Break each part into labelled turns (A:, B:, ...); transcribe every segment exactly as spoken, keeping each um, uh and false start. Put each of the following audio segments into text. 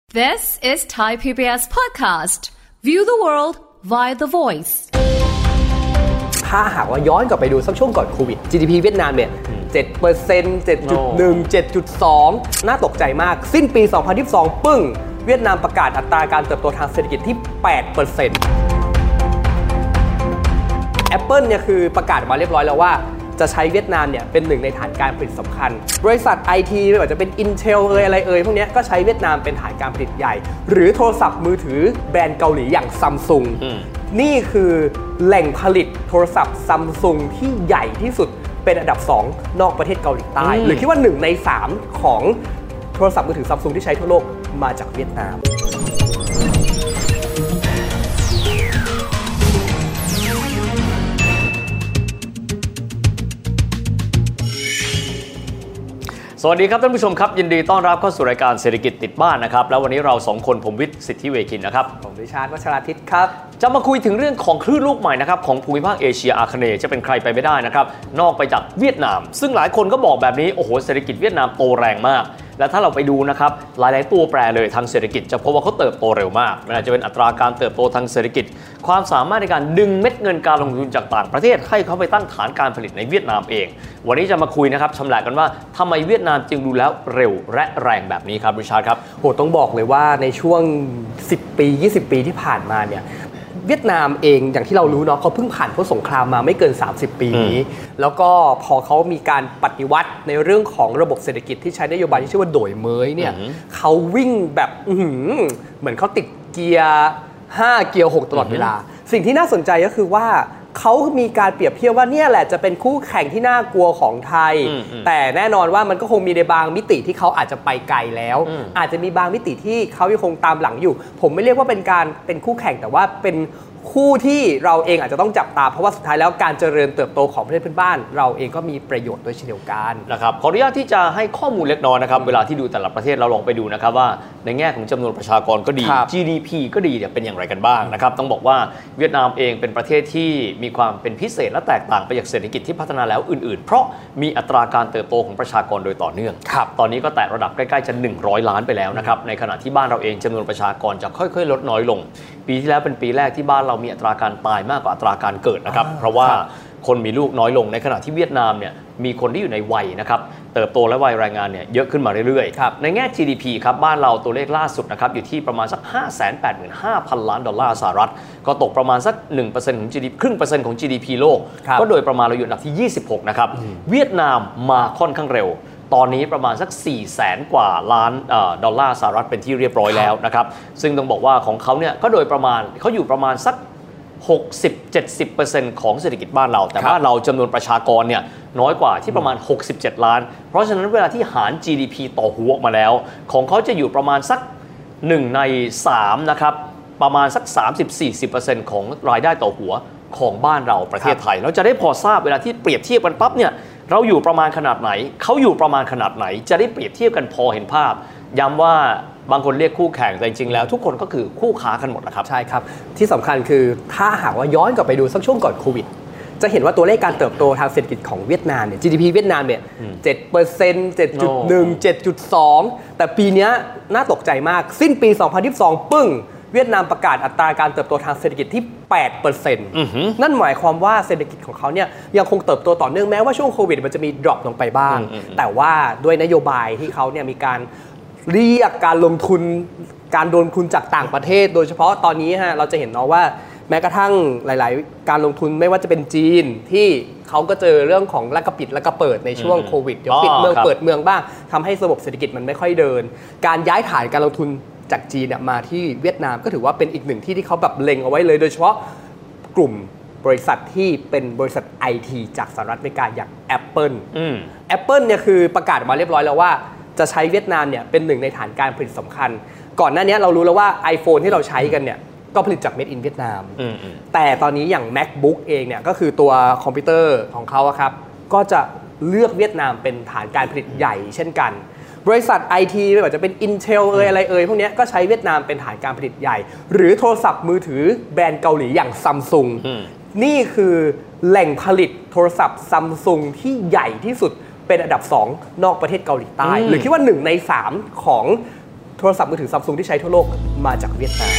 A: This is Thai พี บี เอส podcast. View the world via the voice.
B: ถ้าหากว่าย้อนกลับไปดูสักช่วงก่อนโควิด จี ดี พี เวียดนามเนี่ย เจ็ดเปอร์เซ็นต์ เจ็ดจุดหนึ่ง เจ็ดจุดสอง น่าตกใจมากสิ้นปีสองพันยี่สิบสองปึ้งเวียดนามประกาศอัตราการเติบโตทางเศรษฐกิจที่ แปดเปอร์เซ็นต์ Apple เนี่ยคือประกาศมาเรียบร้อยแล้วว่าจะใช้เวียดนามเนี่ยเป็นหนึ่งในฐานการผลิตสำคัญบริษัท ไอ ที ไม่ว่าจะเป็น Intel เอ่ยอะไรเอ่ยพวกนี้ก็ใช้เวียดนามเป็นฐานการผลิตใหญ่หรือโทรศัพท์มือถือแบรนด์เกาหลีอย่าง Samsung นี่คือแหล่งผลิตโทรศัพท์ Samsung ที่ใหญ่ที่สุดเป็นอันดับสองนอกประเทศเกาหลีใต้หรือคิดว่าหนึ่งในสามของโทรศัพท์มือถือ Samsung ที่ใช้ทั่วโลกมาจากเวียดนาม
C: สวัสดีครับท่านผู้ชมครับยินดีต้อนรับเข้าสู่รายการเศรษฐกิจติดบ้านนะครับแล้ววันนี้เราสองคนผมวิทย์สิทธิเวคินนะครับ
B: ผมดิชาร์ดวัชราทิตครับ
C: จะมาคุยถึงเรื่องของคลื่นลูกใหม่นะครับของภูมิภาคเอเชียอาคเนย์จะเป็นใครไปไม่ได้นะครับนอกไปจากเวียดนามซึ่งหลายคนก็บอกแบบนี้โอ้โหเศรษฐกิจเวียดนามโตแรงมากและถ้าเราไปดูนะครับหลายๆตัวแปรเลยทางเศรษฐกิจจะพบว่าเขาเติบโตเร็วมากไม่ว่าจะเป็นอัตราการเติบโตทางเศรษฐกิจความสามารถในการดึงเม็ดเงินการลงทุนจากต่างประเทศให้เขาไปตั้งฐานการผลิตในเวียดนามเองวันนี้จะมาคุยนะครับชำแหละกันว่าทำไมเวียดนามจึงดูแล้วเร็วและแรงแบบนี้ครับริชาร์ดครับ
B: โหต้องบอกเลยว่าในช่วงสิบปียี่สิบปีที่ผ่านมาเนี่ยเวียดนามเองอย่างที่เรารู้เนาะเขาเพิ่งผ่านพ้นสงครามมาไม่เกินสามสิบปีนี้แล้วก็พอเขามีการปฏิวัติในเรื่องของระบบเศรษฐกิจที่ใช้นโยบายที่ชื่อว่าโดยเมยเนี่ยเขาวิ่งแบบเหมือนเขาติดเกียร์ห้าเกียร์หกตลอดเวลาสิ่งที่น่าสนใจก็คือว่าเขามีการเปรียบเทียบว่าเนี่ยแหละจะเป็นคู่แข่งที่น่ากลัวของไทยแต่แน่นอนว่ามันก็คงมีในบางมิติที่เขาอาจจะไปไกลแล้วอาจจะมีบางมิติที่เขายังคงตามหลังอยู่ผมไม่เรียกว่าเป็นการเป็นคู่แข่งแต่ว่าเป็นคู่ที่เราเองอาจจะต้องจับตาเพราะว่าสุดท้ายแล้วการเจริญเติบโตของประเทศเพื่อนบ้านเราเองก็มีประโยชน์ด้วยเช่นเดียวกัน
C: นะครับขออนุญาตที่จะให้ข้อมูลเล็กน้อยนะครับเวลาที่ดูแต่ละประเทศเราลองไปดูนะครับว่าในแง่ของจำนวนประชากรก็ดี จี ดี พี ก็ดีเนี่ยเป็นอย่างไรกันบ้างนะครับต้องบอกว่าเวียดนามเองเป็นประเทศที่มีความเป็นพิเศษและแตกต่างไปจากเศรษฐกิจที่พัฒนาแล้วอื่นๆเพราะมีอัตราการเติบโตของประชากรโดยต่อเนื่องตอนนี้ก็แตะระดับใกล้ๆจะหนึ่งร้อยล้านไปแล้วนะครับในขณะที่บ้านเราเองจำนวนประชากรจะค่อยๆลดน้อยลงปีที่แล้วเป็นปีแรกที่บ้านเรามีอัตราการตายมากกว่าอัตราการเกิดนะครับเพราะว่าคนมีลูกน้อยลงในขณะที่เวียดนามเนี่ยมีคนที่อยู่ในวัยนะครับเติบโตและวัยแรงงานเนี่ยเยอะขึ้นมาเรื่อยๆในแง่ จี ดี พี ครับบ้านเราตัวเลขล่าสุดนะครับอยู่ที่ประมาณสัก ห้าแสนแปดหมื่นห้าพัน ล้านดอลลาร์สหรัฐก็ตกประมาณสัก หนึ่งเปอร์เซ็นต์ ของ จี ดี พี ครึ่งเปอร์เซ็นต์ของ จี ดี พี โลกก็โดยประมาณเราอยู่อันดับที่ยี่สิบหกนะครับเวียดนามมาค่อนข้างเร็วตอนนี้ประมาณสัก สี่แสน กว่าล้านดอลลาร์สหรัฐเป็นที่เรียบร้อยแล้วนะครับซึ่งต้องบอกว่าของเขาเนี่ยก็โดยประมาณเขาอยู่ประมาณสัก หกสิบถึงเจ็ดสิบเปอร์เซ็นต์ ของเศรษฐกิจบ้านเราแต่บ้านเราจำนวนประชากรเนี่ยน้อยกว่าที่ประมาณหกสิบเจ็ดล้านเพราะฉะนั้นเวลาที่หาร จี ดี พี ต่อหัวออกมาแล้วของเขาจะอยู่ประมาณสักหนึ่งในสามนะครับประมาณสัก สามสิบถึงสี่สิบเปอร์เซ็นต์ ของรายได้ต่อหัวของบ้านเราประเทศไทยเราจะได้พอทราบเวลาที่เปรียบเทียบกันปั๊บเนี่ยเราอยู่ประมาณขนาดไหนเขาอยู่ประมาณขนาดไหนจะได้เปรียบเทียบกันพอเห็นภาพย้ำว่าบางคนเรียกคู่แข่งแต่จริงๆแล้วทุกคนก็คือคู่ค้ากันหมดนะครับ
B: ใช่ครับที่สำคัญคือถ้าหากว่าย้อนกลับไปดูสักช่วงก่อนโควิดจะเห็นว่าตัวเลขการเติบโตทางเศรษฐกิจของเวียดนามเนี่ย จี ดี พี เวียดนามเนี่ย เจ็ดเปอร์เซ็นต์ เจ็ดจุดหนึ่ง เจ็ดจุดสอง แต่ปีนี้น่าตกใจมากสิ้นปีสองพันยี่สิบสองปึ้งเวียดนามประกาศอัตราการเติบโตทางเศรษฐกิจที่ แปดเปอร์เซ็นต์ นั่นหมายความว่าเศรษฐกิจของเขาเนี่ยยังคงเติบโตต่อเนื่องแม้ว่าช่วงโควิดมันจะมีดรอปลงไปบ้างแต่ว่าด้วยนโยบายที่เขาเนี่ยมีการเรียกการลงทุนการลงทุนจากต่างประเทศโดยเฉพาะตอนนี้ฮะเราจะเห็นเนาะว่าแม้กระทั่งหลายๆการลงทุนไม่ว่าจะเป็นจีนที่เขาก็เจอเรื่องของแล้วก็ปิดแล้วก็เปิดในช่วงโควิดเดี๋ยวปิดเมืองเปิดเมืองบ้างทำให้ระบบเศรษฐกิจมันไม่ค่อยเดินการย้ายฐานการลงทุนจากจีนเนี่ยมาที่เวียดนามก็ถือว่าเป็นอีกหนึ่งที่ที่เขาแบบเล็งเอาไว้เลยโดยเฉพาะกลุ่มบริษัทที่เป็นบริษัท ไอ ที จากสหรัฐอเมริกาอย่าง Apple Apple เนี่ยคือประกาศมาเรียบร้อยแล้วว่าจะใช้เวียดนามเนี่ยเป็นหนึ่งในฐานการผลิตสำคัญก่อนหน้านี้เรารู้แล้วว่า iPhone ที่เราใช้กันเนี่ยก็ผลิตจาก Made in เวียดนามแต่ตอนนี้อย่าง MacBook เองเนี่ยก็คือตัวคอมพิวเตอร์ของเขาครับก็จะเลือกเวียดนามเป็นฐานการผลิตใหญ่เช่นกันบริษัท ไอ ที ไม่ว่าจะเป็น Intel เอ่ยอะไรเอ่ยพวกนี้ก็ใช้เวียดนามเป็นฐานการผลิตใหญ่หรือโทรศัพท์มือถือแบรนด์เกาหลีอย่าง Samsung นี่คือแหล่งผลิตโทรศัพท์ Samsung ที่ใหญ่ที่สุดเป็นอันดับสองนอกประเทศเกาหลีใต้หรือคิดว่าหนึ่งในสามของโโทรศัพท์มือถือ Samsung ที่ใช้ทั่วโลกมาจากเวียดนาม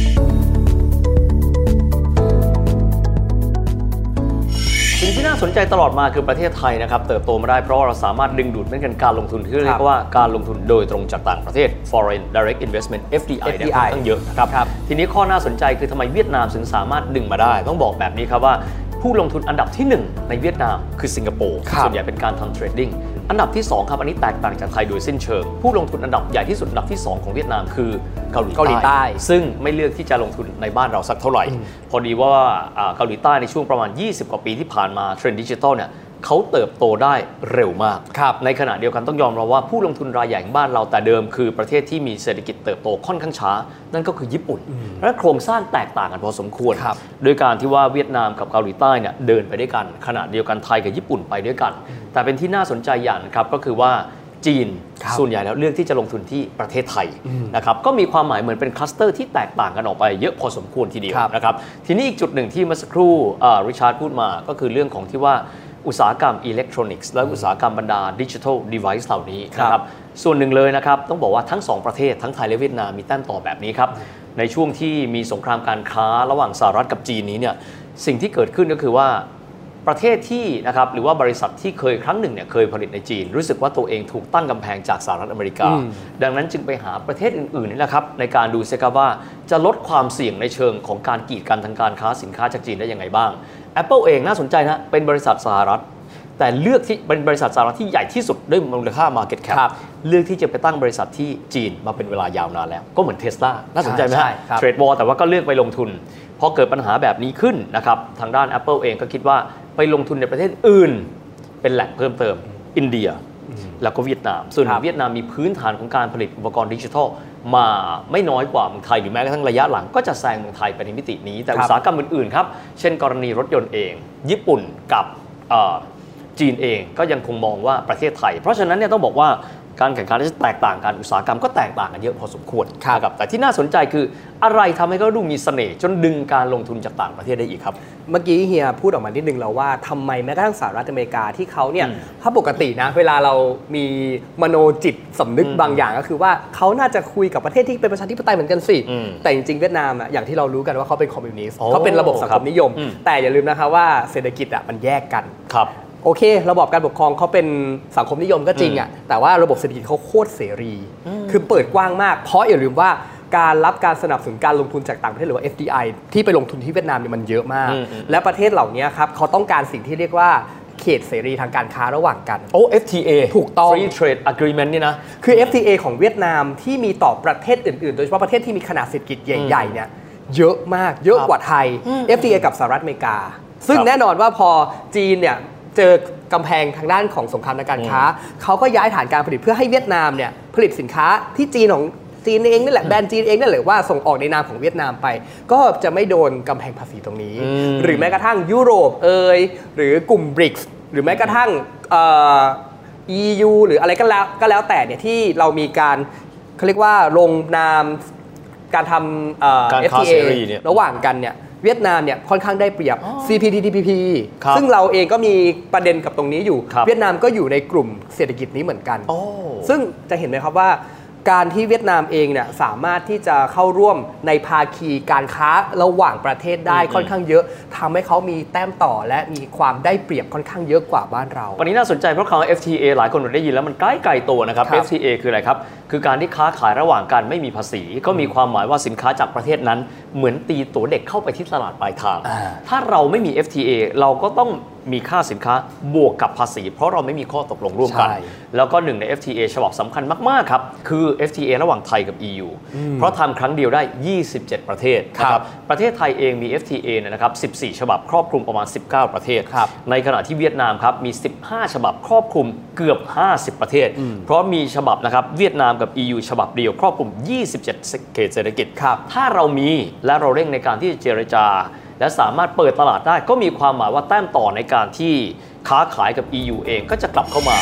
C: สิ่งที่น่าสนใจตลอดมาคือประเทศไทยนะครับเติบโตมาได้เพราะว่าเราสามารถดึงดูดเม็ดเงินการลงทุนที่เรียกว่าการลงทุนโดยตรงจากต่างประเทศ Foreign Direct Investment เอฟ ดี ไอ เนี่ยค่อนข้างเยอะนะครับทีนี้ข้อน่าสนใจคือทำไมเวียดนามถึงสามารถดึงมาได้ต้องบอกแบบนี้ครับว่าผู้ลงทุนอันดับที่หนึ่งในเวียดนามคือสิงคโปร์ส่วนใหญ่เป็นการทำเทรดดิ้งอันดับที่สองครับอันนี้แตกต่างจากไทยโดยสิ้นเชิงผู้ลงทุนอันดับใหญ่ที่สุดอันดับที่สองของเวียดนามคือเกาหลีใต้ซึ่งไม่เลือกที่จะลงทุนในบ้านเราสักเท่าไหร่พอดีว่าเกาหลีใต้ในช่วงประมาณยี่สิบกว่าปีที่ผ่านมาเทรนด์ดิจิทัลเนี่ยเขาเติบโตได้เร็วมากในขณะเดียวกันต้องยอมรับว่าผู้ลงทุนรายใหญ่ของบ้านเราแต่เดิมคือประเทศที่มีเศรษฐกิจเติบโตค่อนข้างช้านั่นก็คือญี่ปุ่นและโครงสร้างแตกต่างกันพอสมควรโดยการที่ว่าเวียดนามกับเกาหลีใต้เนี่ยเดินไปด้วยกันขณะเดียวกันไทยกับญี่ปุ่นไปด้วยกันแต่เป็นที่น่าสนใจอย่างครับก็คือว่าจีนส่วนใหญ่แล้วเลือกที่จะลงทุนที่ประเทศไทยนะครับก็มีความหมายเหมือนเป็นคลัสเตอร์ที่แตกต่างกันออกไปเยอะพอสมควรทีเดียวนะครับทีนี้อีกจุดหนึ่งที่เมื่อสักครู่ริชาร์ดพูดมาก็คือเรื่องของที่ว่าอุตสาหกรรมอิเล็กทรอนิกส์และอุตสาหกรรมบรรดาดิจิทัลเดเวิซเหล่านี้นะครับส่วนหนึ่งเลยนะครับต้องบอกว่าทั้งสองประเทศทั้งไทยและเวียดนามมีแต้มต่อแบบนี้ครับในช่วงที่มีสงครามการค้าระหว่างสหรัฐกับจีนนี้เนี่ยสิ่งที่เกิดขึ้นก็คือว่าประเทศที่นะครับหรือว่าบริษัทที่เคยครั้งหนึ่งเนี่ยเคยผลิตในจีนรู้สึกว่าตัวเองถูกตั้งกำแพงจากสหรัฐอเมริกาดังนั้นจึงไปหาประเทศอื่นๆนี่แหละครับในการดูซิว่าจะลดความเสี่ยงในเชิงของการกีดกันทางการค้าสินค้าจากจีนได้ยังไงบ้าง Apple เองน่าสนใจนะเป็นบริษัทสหรัฐแต่เลือกที่เป็นบริษัทสหรัฐที่ใหญ่ที่สุดด้วยมูลค่า Market Cap เลือกที่จะไปตั้งบริษัทที่จีนมาเป็นเวลายาวนานแล้วก็เหมือน Tesla น่าสนใจไหมเทรดวอร์แต่ว่าก็เลือกไปลงทุนพอเกิดปัญหาแบบนี้ขึ้นนะครับทางด้าน Apple เองก็คิดว่าไปลงทุนในประเทศอื่นเป็นแหล่งเพิ่มเติมอินเดียแล้วก็เวียดนามส่วนเวียดนามมีพื้นฐานของการผลิตอุปกรณ์ดิจิทัลมาไม่น้อยกว่าเมืองไทยหรือแม้กระทั่งระยะหลังก็จะแซงเมืองไทยไปในมิตินี้แต่อุตสาหกรรมอื่นๆครับเช่นกรณีรถยนต์เองญี่ปุ่นกับจีนเองก็ยังคงมองว่าประเทศไทยเพราะฉะนั้นเนี่ยต้องบอกว่าการแข่งขันจะแตกต่างกันอุตสาหกรรมก็แตกต่างกันเยอะพอสมควรนะครับแต่ที่น่าสนใจคืออะไรทำให้เขาดูมีเสน่ห์จนดึงการลงทุนจากต่างประเทศได้อีกครับ
B: เมื่อกี้เฮียพูดออกมานิดนึงแล้วว่าทำไมแม้กระทั่งสหรัฐอเมริกาที่เขาเนี่ยถ้าปกตินะเวลาเรามีมโนจิตสำนึกบางอย่างก็คือว่าเขาน่าจะคุยกับประเทศที่เป็นประชาธิปไตยเหมือนกันสิแต่จริงๆเวียดนามอ่ะอย่างที่เรารู้กันว่าเขาเป็นคอมมิวนิสต์เขาเป็นระบบสังคมนิยมแต่อย่าลืมนะคะว่าเศรษฐกิจอ่ะมันแยกกัน
C: ครับ
B: โอเคระบบการปกครองเขาเป็นสังคมนิยมก็จริงอ่ะแต่ว่าระบบเศรษฐกิจเขาโคตรเสรีคือเปิดกว้างมากเพราะอย่าลืมว่าการรับการสนับสนุนการลงทุนจากต่างประเทศหรือว่า เอฟ ดี ไอ ที่ไปลงทุนที่เวียดนามเนี่ยมันเยอะมากและประเทศเหล่านี้ครับเขาต้องการสิ่งที่เรียกว่าเขตเสรีทางการค้าระหว่างกัน
C: โอ้ เอฟ ที เอ
B: ถูกต้อง
C: Free Trade Agreement นี่นะ
B: คือ เอฟ ที เอ ของเวียดนามที่มีต่อประเทศอื่นๆโดยเฉพาะประเทศที่มีขนาดเศรษฐกิจใหญ่ๆเนี่ยเยอะมากเยอะกว่าไทย เอฟ ที เอ กับสหรัฐอเมริกาซึ่งแน่นอนว่าพอจีนเนี่ยเจอกำแพงทางด้านของสงครามทางการค้าเขาก็ย้ายฐานการผลิตเพื่อให้เวียดนามเนี่ยผลิตสินค้าที่จีนของจีนเองนี่แหละแบรนด์จีนเองนั่นแหละว่าส่งออกในนามของเวียดนามไปก็จะไม่โดนกำแพงภาษีตรงนี้หรือแม้กระทั่งยุโรปเอยหรือกลุ่ม บริกส์ หรือแม้กระทั่งเอ่อ อี ยู หรืออะไรก็แล้วก็แล้วแต่เนี่ยที่เรามีการเขาเรียกว่าลงนามการทำเอ่อ เอฟ ที เอ ระหว่างกันเนี่ยเวียดนามเนี่ยค่อนข้างได้เปรียบ ซี พี ที ที พี พี ซึ่งเราเองก็มีประเด็นกับตรงนี้อยู่เวียดนามก็อยู่ในกลุ่มเศรษฐกิจนี้เหมือนกันซึ่งจะเห็นไหมครับว่าการที่เวียดนามเองเนี่ยสามารถที่จะเข้าร่วมในภาคีการค้าระหว่างประเทศได้ค่อนข้างเยอะทำให้เขามีแต้มต่อและมีความได้เปรียบค่อนข้างเยอะกว่าบ้านเรา
C: วันนี้น่าสนใจเพราะคำว่า เอฟ ที เอ หลายคนได้ยินแล้วมันใกล้ไกลตัวนะครับ เอฟ ที เอ คืออะไรครับคือการที่ค้าขายระหว่างกันไม่มีภาษีก็มีความหมายว่าสินค้าจากประเทศนั้นเหมือนตีตั๋วเด็กเข้าไปที่ตลาดปลายทางถ้าเราไม่มี เอฟ ที เอ เราก็ต้องมีค่าสินค้าบวกกับภาษีเพราะเราไม่มีข้อตกลงร่วมกันแล้วก็หนึ่งใน เอฟ ที เอ ฉบับสำคัญมากๆครับคือ เอฟ ที เอ ระหว่างไทยกับ อี ยู เพราะทำครั้งเดียวได้ยี่สิบเจ็ดประเทศนะครับประเทศไทยเองมี เอฟ ที เอ เนี่ยนะครับสิบสี่ฉบับครอบคลุมประมาณสิบเก้าประเทศในขณะที่เวียดนามครับมีสิบห้าฉบับครอบคลุมเกือบห้าสิบประเทศเพราะมีฉบับนะครับเวียดนามกับ อี ยู ฉบับเดียวครอบคลุมยี่สิบเจ็ดเขตเศรษฐกิจถ้าเรามีและเราเร่งในการที่จะเจรจาและสามารถเปิดตลาดได้ก็มีความหมายว่าแต้มต่อในการที่ค้าขายกับ อี ยู เองก็จะกลับเข้ามา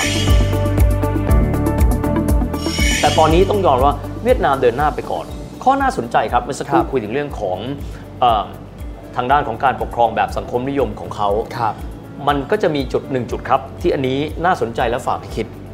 C: แต่ตอนนี้ต้องยอมว่าเวียดนามเดินหน้าไปก่อนข้อน่าสนใจครับเมื่อสักครู่คุยถึงเรื่องของเอ่อทางด้านของการปกครองแบบสังคมนิยมของเขามันก็จะมีจุดหนึ่งจุดครับที่อันนี้น่าสนใจและฝากให้คิด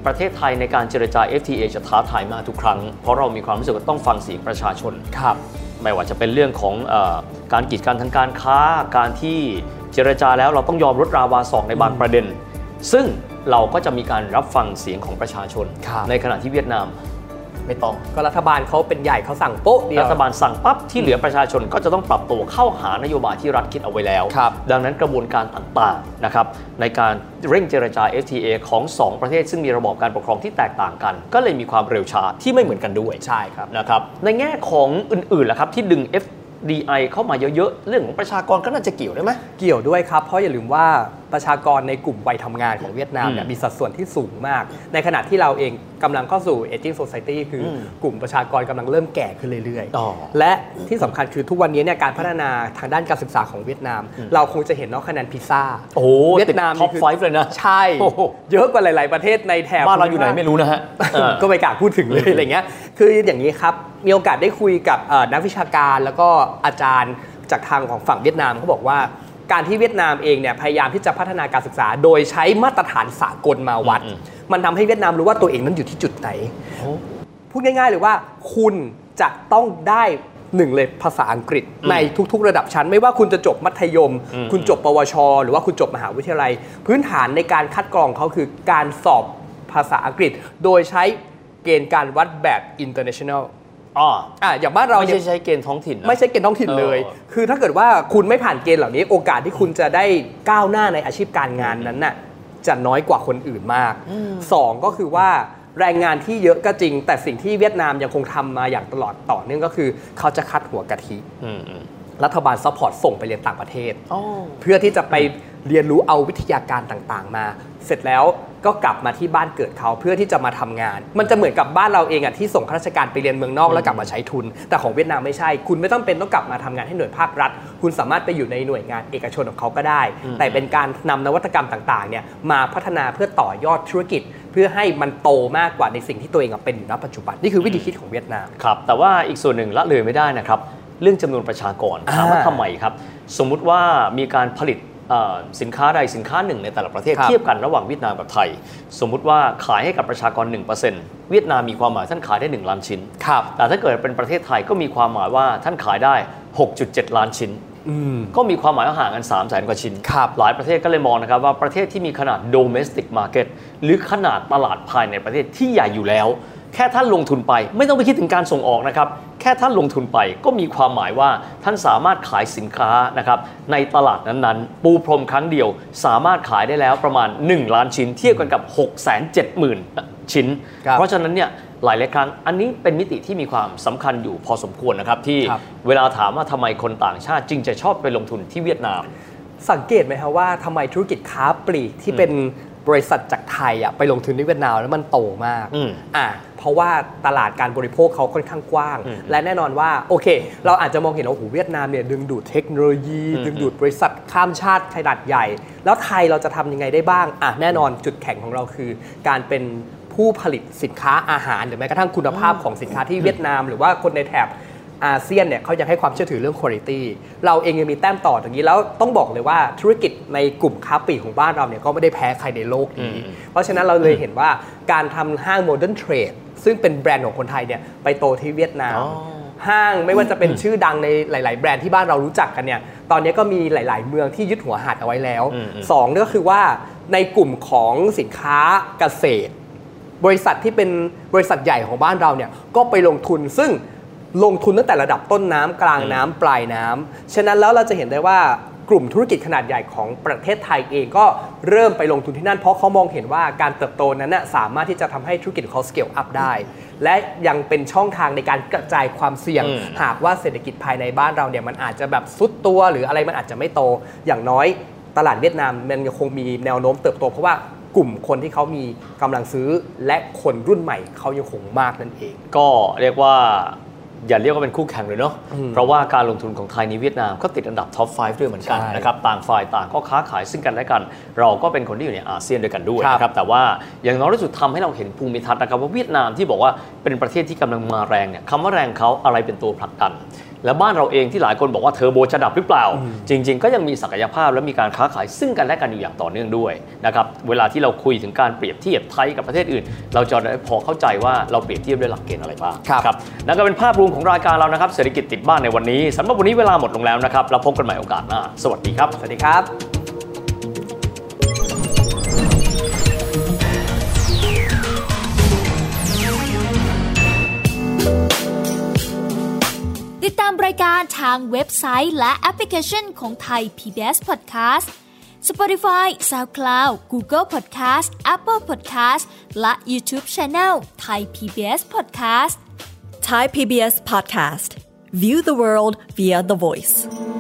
C: ประเทศไทยในการเจรจา เอฟ ที เอ จะท้าทายมากทุกครั้งเพราะเรามีความรู้สึกว่าต้องฟังเสียงประชาชน
B: ครับ
C: ไม่ว่าจะเป็นเรื่องของเอ่อการกีดกันทางการค้าการที่เจรจาแล้วเราต้องยอมลดราวาศอกในบางประเด็นซึ่งเราก็จะมีการรับฟังเสียงของประชาชนในขณะที่เวียดนามไม่ต้อง
B: ก็รัฐบาลเขาเป็นใหญ่เขาสั่งโป๊ะเดียว
C: รัฐบาลสั่งปั๊บที่เหลือประชาชนก็จะต้องปรับตัวเข้าหานโยบายที่รัฐคิดเอาไว้แล้วดังนั้นกระบวนการต่างๆนะครับในการเร่งเจรจา เอฟ ที เอ ของสองประเทศซึ่งมีระบอบการปกครองที่แตกต่างกันก็เลยมีความเร็วช้าที่ไม่เหมือนกันด้วย
B: ใช่ครับ
C: นะครับในแง่ของอื่นๆล่ะครับที่ดึง เอฟ ดี ไอ เข้ามาเยอะๆเรื่องของประชากรก็น่าจะเกี่ยวได้ไหม
B: เกี่ยวด้วยครับเพราะอย่าลืมว่าประชากรในกลุ่มวัยทำงานของเวียดนามเนี่ยมีสัดส่วนที่สูงมากในขณะที่เราเองกำลังเข้าสู่ aging society คือกลุ่มประชากรกำลังเริ่มแก่ขึ้นเรื่อยๆและที่สำคัญคือทุกวันนี้เนี่ยการพัฒนาทางด้านการศึกษาของเวียดนามเราคงจะเห็นว่าคะแนนพิซซ่า
C: เวียดนามท็อปไฟว์เลยนะ
B: ใช่เยอะกว่าหลายๆประเทศในแถบ
C: บ้านเราอยู่ไหนไม่รู้นะฮะ
B: ก็ไม่กล้าพูดถึงเลยอะไรเงี้ยคืออย่างนี้ครับมีโอกาสได้คุยกับนักวิชาการแล้วก็อาจารย์จากทางของฝั่งเวียดนามเขาบอกว่าการที่เวียดนามเองเนี่ยพยายามที่จะพัฒนาการศึกษาโดยใช้มาตรฐานสากลมาวัดมันทำให้เวียดนามรู้ว่าตัวเองนั้นอยู่ที่จุดไหนพูดง่ายๆเลยว่าคุณจะต้องได้หนึ่งเลยภาษาอังกฤษในทุกๆระดับชั้นไม่ว่าคุณจะจบมัธยมคุณจบปวชหรือว่าคุณจบมหาวิทยาลัยพื้นฐานในการคัดกรองเขาคือการสอบภาษาอังกฤษโดยใช้เกณฑ์การวัดแบบ international
C: อ๋อ
B: อ่ะอย่างบ้านเรา
C: ไม่ใช่ใช้เกณฑ์ท้องถิ่น
B: ไม่ใช่เกณฑ์ท้องถิ่นเลยคือถ้าเกิดว่าคุณไม่ผ่านเกณฑ์เหล่านี้โอกาสที่คุณจะได้ก้าวหน้าในอาชีพการงานนั้นน่ะจะน้อยกว่าคนอื่นมากสองก็คือว่าแรงงานที่เยอะก็จริงแต่สิ่งที่เวียดนามยังคงทำมาอย่างตลอดต่อเนื่องก็คือเขาจะคัดหัวกะทิรัฐบาลซัพพอร์ตส่งไปเรียนต่างประเทศเพื่อที่จะไปเรียนรู้เอาวิทยาการต่างๆมาเสร็จแล้วก็กลับมาที่บ้านเกิดเขาเพื่อที่จะมาทำงานมันจะเหมือนกับบ้านเราเองอ่ะที่ส่งข้าราชการไปเรียนเมืองนอกแล้วกลับมาใช้ทุนแต่ของเวียดนามไม่ใช่คุณไม่ต้องเป็นต้องกลับมาทำงานให้หน่วยภาครัฐคุณสามารถไปอยู่ในหน่วยงานเอกชนของเขาก็ได้แต่เป็นการนำนวัตกรรมต่างๆเนี่ยมาพัฒนาเพื่อต่อยอดธุรกิจเพื่อให้มันโตมากกว่าในสิ่งที่ตัวเองเป็นอยู่ณปัจจุบันนี่คือวิธีคิดของเวียดนาม
C: ครับแต่ว่าอีกส่วนหนึ่งละเลยไม่ได้นะครับเรื่องจำนวนประชากรถามว่าทำไมครับสมมุติว่ามีการผลิตสินค้าใดสินค้าหนึ่งในแต่ละประเทศเทียบกันระหว่างเวียดนามกับไทยสมมุติว่าขายให้กับประชากร หนึ่งเปอร์เซ็นต์ เวียดนามมีความหมายท่านขายได้หนึ่งล้านชิ้นแต่ถ้าเกิดเป็นประเทศไทยก็มีความหมายว่าท่านขายได้ หกจุดเจ็ดล้านชิ้นก็มีความหมายว่าห่างกัน สามแสน กว่าชิ้นหลายประเทศก็เลยมองนะครับว่าประเทศที่มีขนาด domestic market หรือขนาดตลาดภายในประเทศที่ใหญ่อยู่แล้วแค่ท่านลงทุนไปไม่ต้องไปคิดถึงการส่งออกนะครับแค่ท่านลงทุนไปก็มีความหมายว่าท่านสามารถขายสินค้านะครับในตลาดนั้นๆปูพรมครั้งเดียวสามารถขายได้แล้วประมาณหนึ่งล้านชิ้นเทียบกันกับ หกแสนเจ็ดหมื่น ชิ้นเพราะฉะนั้นเนี่ยหลายหลายครั้งอันนี้เป็นมิติที่มีความสำคัญอยู่พอสมควรนะครับที่เวลาถามว่าทำไมคนต่างชาติจึงจะชอบไปลงทุนที่เวียดนาม
B: สังเกตไหมครับว่าทำไมธุรกิจค้าปลีกที่เป็นบริษัทจากไทยอ่ะไปลงทุนที่เวียดนามแล้วมันโตมากอ่าเพราะว่าตลาดการบริโภคเขาค่อนข้างกว้างและแน่นอนว่าโอเคเราอาจจะมองเห็นว่าโอ้โหเวียดนามเนี่ยดึงดูดเทคโนโลยีดึงดูดบริษัทข้ามชาติขนาดใหญ่แล้วไทยเราจะทำยังไงได้บ้างอ่ะแน่นอนจุดแข็งของเราคือการเป็นผู้ผลิตสินค้าอาหารหรือแม้กระทั่งคุณภาพของสินค้าที่เวียดนามหรือว่าคนในแถบอาเซียนเนี่ยเขายังให้ความเชื่อถือเรื่อง quality เราเองยังมีแต้มต่อตรงนี้แล้วต้องบอกเลยว่าธุรกิจในกลุ่มค้าปลีกของบ้านเราเนี่ยก็ไม่ได้แพ้ใครในโลกนี้เพราะฉะนั้นเราเลยเห็นว่าการทำห้าง Modern Trade ซึ่งเป็นแบรนด์ของคนไทยเนี่ยไปโตที่เวียดนามห้างไม่ว่าจะเป็นชื่อดังในหลายๆแบรนด์ที่บ้านเรารู้จักกันเนี่ยตอนนี้ก็มีหลายๆเมืองที่ยึดหัวหาดเอาไว้แล้วสองก็คือว่าในกลุ่มของสินค้าเกษตรบริษัทที่เป็นบริษัทใหญ่ของบ้านเราเนี่ยก็ไปลงทุนซึ่งลงทุนตั้งแต่ระดับต้นน้ำกลางน้ำปลายน้ำฉะนั้นแล้วเราจะเห็นได้ว่ากลุ่มธุรกิจขนาดใหญ่ของประเทศไทยเองก็เริ่มไปลงทุนที่นั่นเพราะเขามองเห็นว่าการเติบโตนั้นนะสามารถที่จะทำให้ธุรกิจของเขา scale up ได้และยังเป็นช่องทางในการกระจายความเสี่ยงหากว่าเศรษฐกิจภายในบ้านเราเนี่ยมันอาจจะแบบซุดตัวหรืออะไรมันอาจจะไม่โตอย่างน้อยตลาดเวียดนามมันยังคงมีแนวโน้มเติบโตเพราะว่ากลุ่มคนที่เขามีกำลังซื้อและคนรุ่นใหม่เขายังคงมากนั่นเอง
C: ก็เรียกว่าอย่าเรียกว่าเป็นคู่แข่งเลยเนาะเพราะว่าการลงทุนของไทยในเวียดนามก็ติดอันดับท็อปไฟว์ด้วยเหมือนกันนะครับต่างฝ่ายต่างก็ค้าขายซึ่งกันและกันเราก็เป็นคนที่อยู่ในอาเซียนด้วยกันด้วยนะครับแต่ว่าอย่างน้อยที่สุดทำให้เราเห็นภูมิทัศน์นะครับว่าเวียดนามที่บอกว่าเป็นประเทศที่กำลังมาแรงเนี่ยคำว่าแรงเขาอะไรเป็นตัวผลักดันและบ้านเราเองที่หลายคนบอกว่าเทอร์โบจะดับหรือเปล่าจริงๆก็ยังมีศักยภาพและมีการค้าขายซึ่งกันและกันอยู่อย่างต่อเนื่องด้วยนะครับเวลาที่เราคุยถึงการเปรียบเทียบไทยกับประเทศอื่นเราจะได้พอเข้าใจว่าเราเปรียบเทียบด้วยหลักเกณฑ์อะไรบ้างครับนั่นก็เป็นภาพรวมของรายการเรานะครับเศรษฐกิจติดบ้านในวันนี้สำหรับวันนี้เวลาหมดลงแล้วนะครับเราพบกันใหม่โอกาสหน้าสวัสดีครับ
B: สวัสดีครับ
A: ติดตามรายการทางเว็บไซต์และแอปพลิเคชันของไทย พี บี เอส Podcast Spotify, SoundCloud, Google Podcast, Apple Podcast และ YouTube Channel Thai พี บี เอส Podcast
D: Thai พี บี เอส Podcast View the world via the voice